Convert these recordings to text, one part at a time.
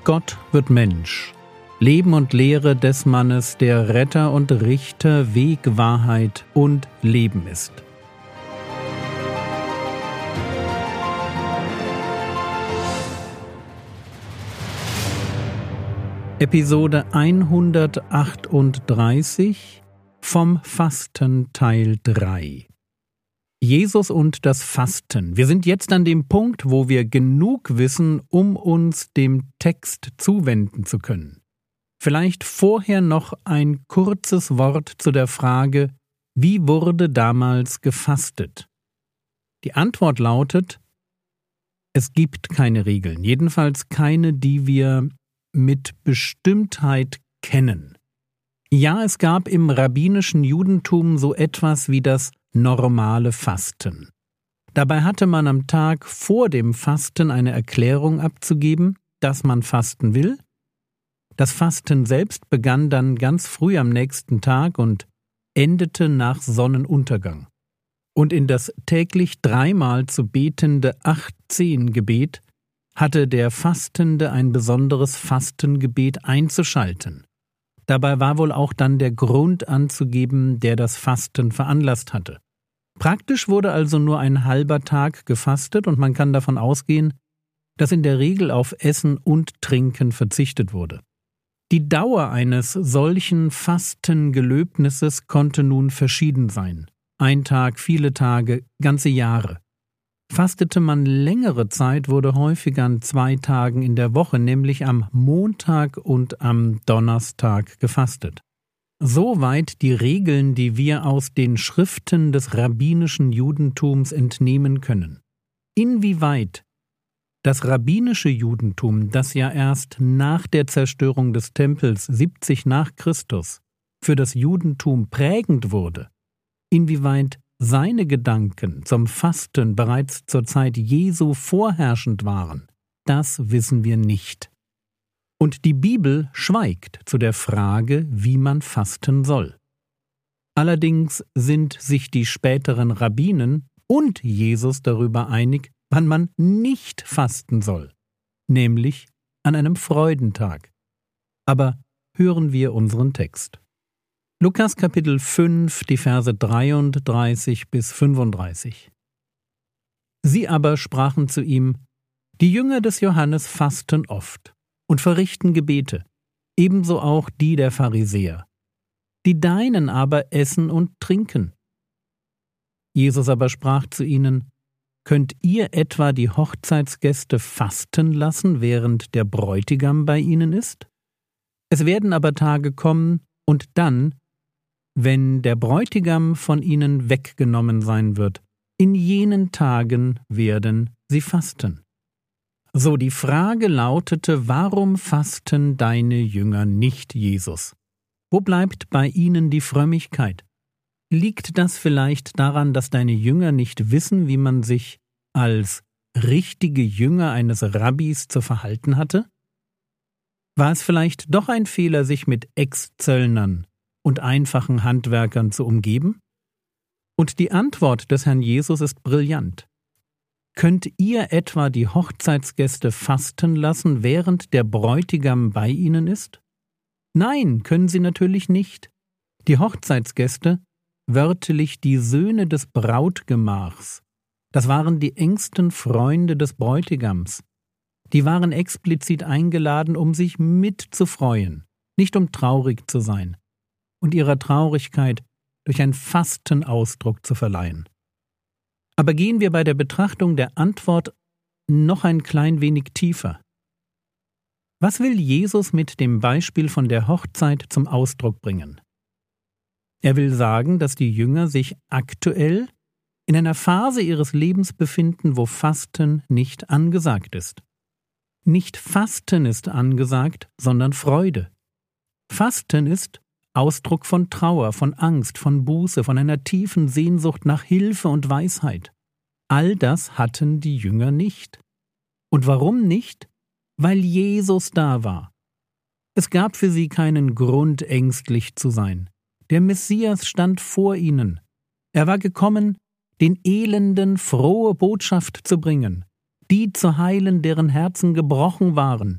Gott wird Mensch. Leben und Lehre des Mannes, der Retter und Richter, Weg, Wahrheit und Leben ist. Episode 138 vom Fasten Teil 3. Jesus und das Fasten. Wir sind jetzt an dem Punkt, wo wir genug wissen, um uns dem Text zuwenden zu können. Vielleicht vorher noch ein kurzes Wort zu der Frage, wie wurde damals gefastet? Die Antwort lautet, es gibt keine Regeln, jedenfalls keine, die wir mit Bestimmtheit kennen. Ja, es gab im rabbinischen Judentum so etwas wie das normale Fasten. Dabei hatte man am Tag vor dem Fasten eine Erklärung abzugeben, dass man fasten will. Das Fasten selbst begann dann ganz früh am nächsten Tag und endete nach Sonnenuntergang. Und in das täglich 3-mal zu betende 8-10-Gebet hatte der Fastende ein besonderes Fastengebet einzuschalten. Dabei war wohl auch dann der Grund anzugeben, der das Fasten veranlasst hatte. Praktisch wurde also nur ein halber Tag gefastet und man kann davon ausgehen, dass in der Regel auf Essen und Trinken verzichtet wurde. Die Dauer eines solchen Fastengelöbnisses konnte nun verschieden sein. Ein Tag, viele Tage, ganze Jahre. Fastete man längere Zeit, wurde häufig an 2 Tagen in der Woche, nämlich am Montag und am Donnerstag gefastet. Soweit die Regeln, die wir aus den Schriften des rabbinischen Judentums entnehmen können. Inwieweit das rabbinische Judentum, das ja erst nach der Zerstörung des Tempels 70 nach Christus für das Judentum prägend wurde, inwieweit seine Gedanken zum Fasten bereits zur Zeit Jesu vorherrschend waren, das wissen wir nicht. Und die Bibel schweigt zu der Frage, wie man fasten soll. Allerdings sind sich die späteren Rabbinen und Jesus darüber einig, wann man nicht fasten soll, nämlich an einem Freudentag. Aber hören wir unseren Text. Lukas Kapitel 5, die Verse 33 bis 35. Sie aber sprachen zu ihm, die Jünger des Johannes fasten oft und verrichten Gebete, ebenso auch die der Pharisäer. Die Deinen aber essen und trinken. Jesus aber sprach zu ihnen, könnt ihr etwa die Hochzeitsgäste fasten lassen, während der Bräutigam bei ihnen ist? Es werden aber Tage kommen, und dann, wenn der Bräutigam von ihnen weggenommen sein wird, in jenen Tagen werden sie fasten. So, die Frage lautete, warum fasten deine Jünger nicht, Jesus? Wo bleibt bei ihnen die Frömmigkeit? Liegt das vielleicht daran, dass deine Jünger nicht wissen, wie man sich als richtige Jünger eines Rabbis zu verhalten hatte? War es vielleicht doch ein Fehler, sich mit Ex-Zöllnern und einfachen Handwerkern zu umgeben? Und die Antwort des Herrn Jesus ist brillant. Könnt ihr etwa die Hochzeitsgäste fasten lassen, während der Bräutigam bei ihnen ist? Nein, können sie natürlich nicht. Die Hochzeitsgäste, wörtlich die Söhne des Brautgemachs, das waren die engsten Freunde des Bräutigams. Die waren explizit eingeladen, um sich mitzufreuen, nicht um traurig zu sein und ihrer Traurigkeit durch ein Fasten Ausdruck zu verleihen. Aber gehen wir bei der Betrachtung der Antwort noch ein klein wenig tiefer. Was will Jesus mit dem Beispiel von der Hochzeit zum Ausdruck bringen? Er will sagen, dass die Jünger sich aktuell in einer Phase ihres Lebens befinden, wo Fasten nicht angesagt ist. Nicht Fasten ist angesagt, sondern Freude. Fasten ist Ausdruck von Trauer, von Angst, von Buße, von einer tiefen Sehnsucht nach Hilfe und Weisheit. All das hatten die Jünger nicht. Und warum nicht? Weil Jesus da war. Es gab für sie keinen Grund, ängstlich zu sein. Der Messias stand vor ihnen. Er war gekommen, den Elenden frohe Botschaft zu bringen, die zu heilen, deren Herzen gebrochen waren,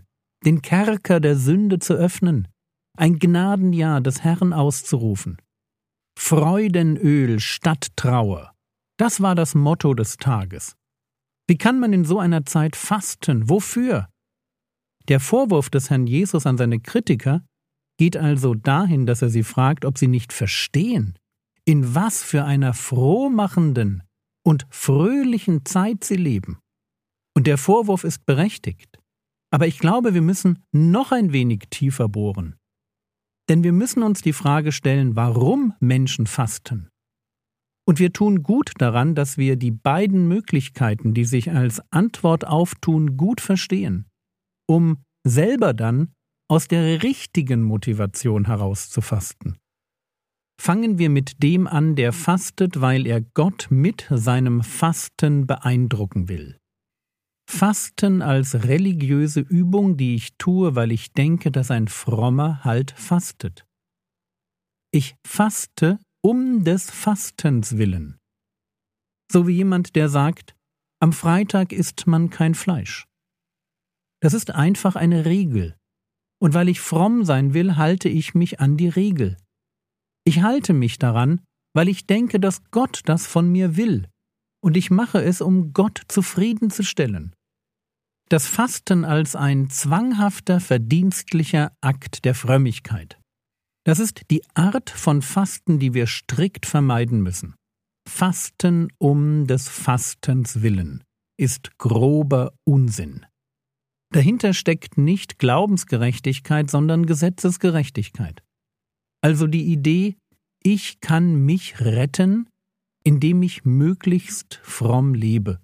den Kerker der Sünde zu öffnen, ein Gnadenjahr des Herrn auszurufen. Freudenöl statt Trauer. Das war das Motto des Tages. Wie kann man in so einer Zeit fasten? Wofür? Der Vorwurf des Herrn Jesus an seine Kritiker geht also dahin, dass er sie fragt, ob sie nicht verstehen, in was für einer frohmachenden und fröhlichen Zeit sie leben. Und der Vorwurf ist berechtigt. Aber ich glaube, wir müssen noch ein wenig tiefer bohren. Denn wir müssen uns die Frage stellen, warum Menschen fasten. Und wir tun gut daran, dass wir die beiden Möglichkeiten, die sich als Antwort auftun, gut verstehen, um selber dann aus der richtigen Motivation heraus zu fasten. Fangen wir mit dem an, der fastet, weil er Gott mit seinem Fasten beeindrucken will. Fasten als religiöse Übung, die ich tue, weil ich denke, dass ein Frommer halt fastet. Ich faste um des Fastens willen. So wie jemand, der sagt, am Freitag isst man kein Fleisch. Das ist einfach eine Regel. Und weil ich fromm sein will, halte ich mich an die Regel. Ich halte mich daran, weil ich denke, dass Gott das von mir will. Und ich mache es, um Gott zufriedenzustellen. Das Fasten als ein zwanghafter, verdienstlicher Akt der Frömmigkeit. Das ist die Art von Fasten, die wir strikt vermeiden müssen. Fasten um des Fastens willen ist grober Unsinn. Dahinter steckt nicht Glaubensgerechtigkeit, sondern Gesetzesgerechtigkeit. Also die Idee, ich kann mich retten, indem ich möglichst fromm lebe.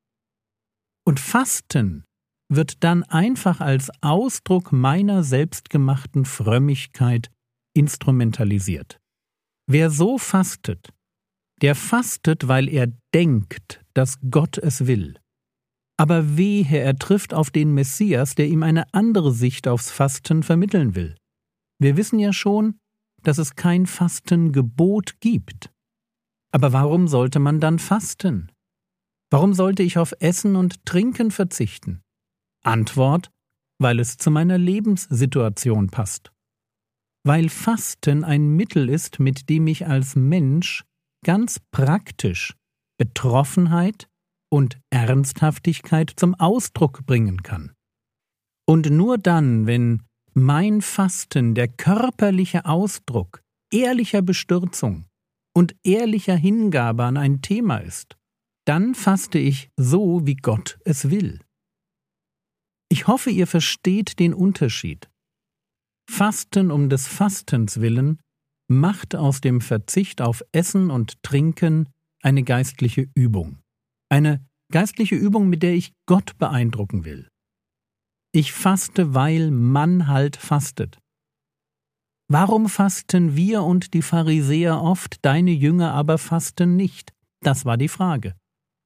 Und Fasten wird dann einfach als Ausdruck meiner selbstgemachten Frömmigkeit instrumentalisiert. Wer so fastet, der fastet, weil er denkt, dass Gott es will. Aber wehe, er trifft auf den Messias, der ihm eine andere Sicht aufs Fasten vermitteln will. Wir wissen ja schon, dass es kein Fastengebot gibt. Aber warum sollte man dann fasten? Warum sollte ich auf Essen und Trinken verzichten? Antwort: weil es zu meiner Lebenssituation passt. Weil Fasten ein Mittel ist, mit dem ich als Mensch ganz praktisch Betroffenheit und Ernsthaftigkeit zum Ausdruck bringen kann. Und nur dann, wenn mein Fasten der körperliche Ausdruck ehrlicher Bestürzung und ehrlicher Hingabe an ein Thema ist, dann faste ich so, wie Gott es will. Ich hoffe, ihr versteht den Unterschied. Fasten um des Fastens willen macht aus dem Verzicht auf Essen und Trinken eine geistliche Übung. Eine geistliche Übung, mit der ich Gott beeindrucken will. Ich faste, weil man halt fastet. Warum fasten wir und die Pharisäer oft, deine Jünger aber fasten nicht? Das war die Frage.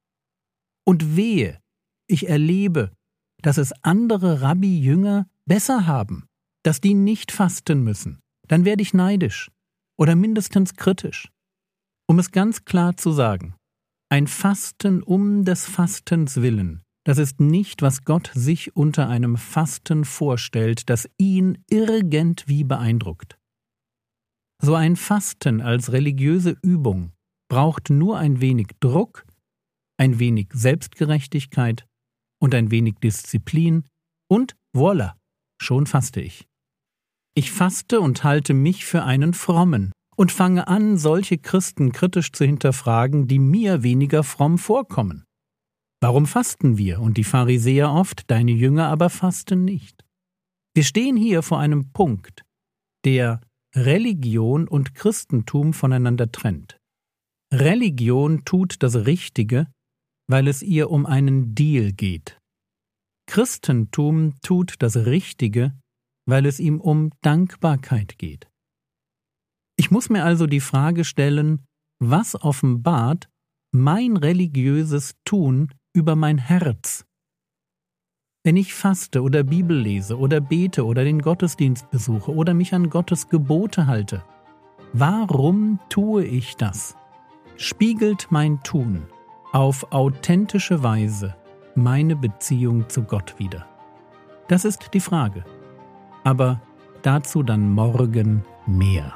Und wehe, ich erlebe, dass es andere Rabbi-Jünger besser haben, dass die nicht fasten müssen. Dann werde ich neidisch oder mindestens kritisch. Um es ganz klar zu sagen, ein Fasten um des Fastens willen, das ist nicht, was Gott sich unter einem Fasten vorstellt, das ihn irgendwie beeindruckt. So ein Fasten als religiöse Übung braucht nur ein wenig Druck, ein wenig Selbstgerechtigkeit und ein wenig Disziplin und voilà, schon faste ich. Ich faste und halte mich für einen Frommen und fange an, solche Christen kritisch zu hinterfragen, die mir weniger fromm vorkommen. Warum fasten wir und die Pharisäer oft, deine Jünger aber fasten nicht? Wir stehen hier vor einem Punkt, der Religion und Christentum voneinander trennt. Religion tut das Richtige, weil es ihr um einen Deal geht. Christentum tut das Richtige, weil es ihm um Dankbarkeit geht. Ich muss mir also die Frage stellen, was offenbart mein religiöses Tun über mein Herz? Wenn ich faste oder Bibel lese oder bete oder den Gottesdienst besuche oder mich an Gottes Gebote halte, warum tue ich das? Spiegelt mein Tun auf authentische Weise meine Beziehung zu Gott wider? Das ist die Frage. Aber dazu dann morgen mehr.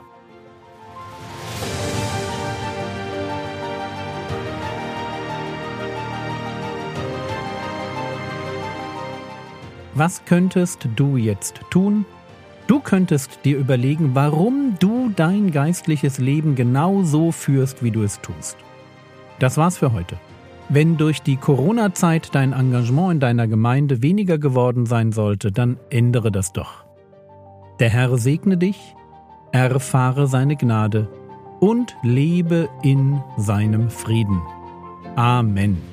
Was könntest du jetzt tun? Du könntest dir überlegen, warum du dein geistliches Leben genau so führst, wie du es tust. Das war's für heute. Wenn durch die Corona-Zeit dein Engagement in deiner Gemeinde weniger geworden sein sollte, dann ändere das doch. Der Herr segne dich, erfahre seine Gnade und lebe in seinem Frieden. Amen.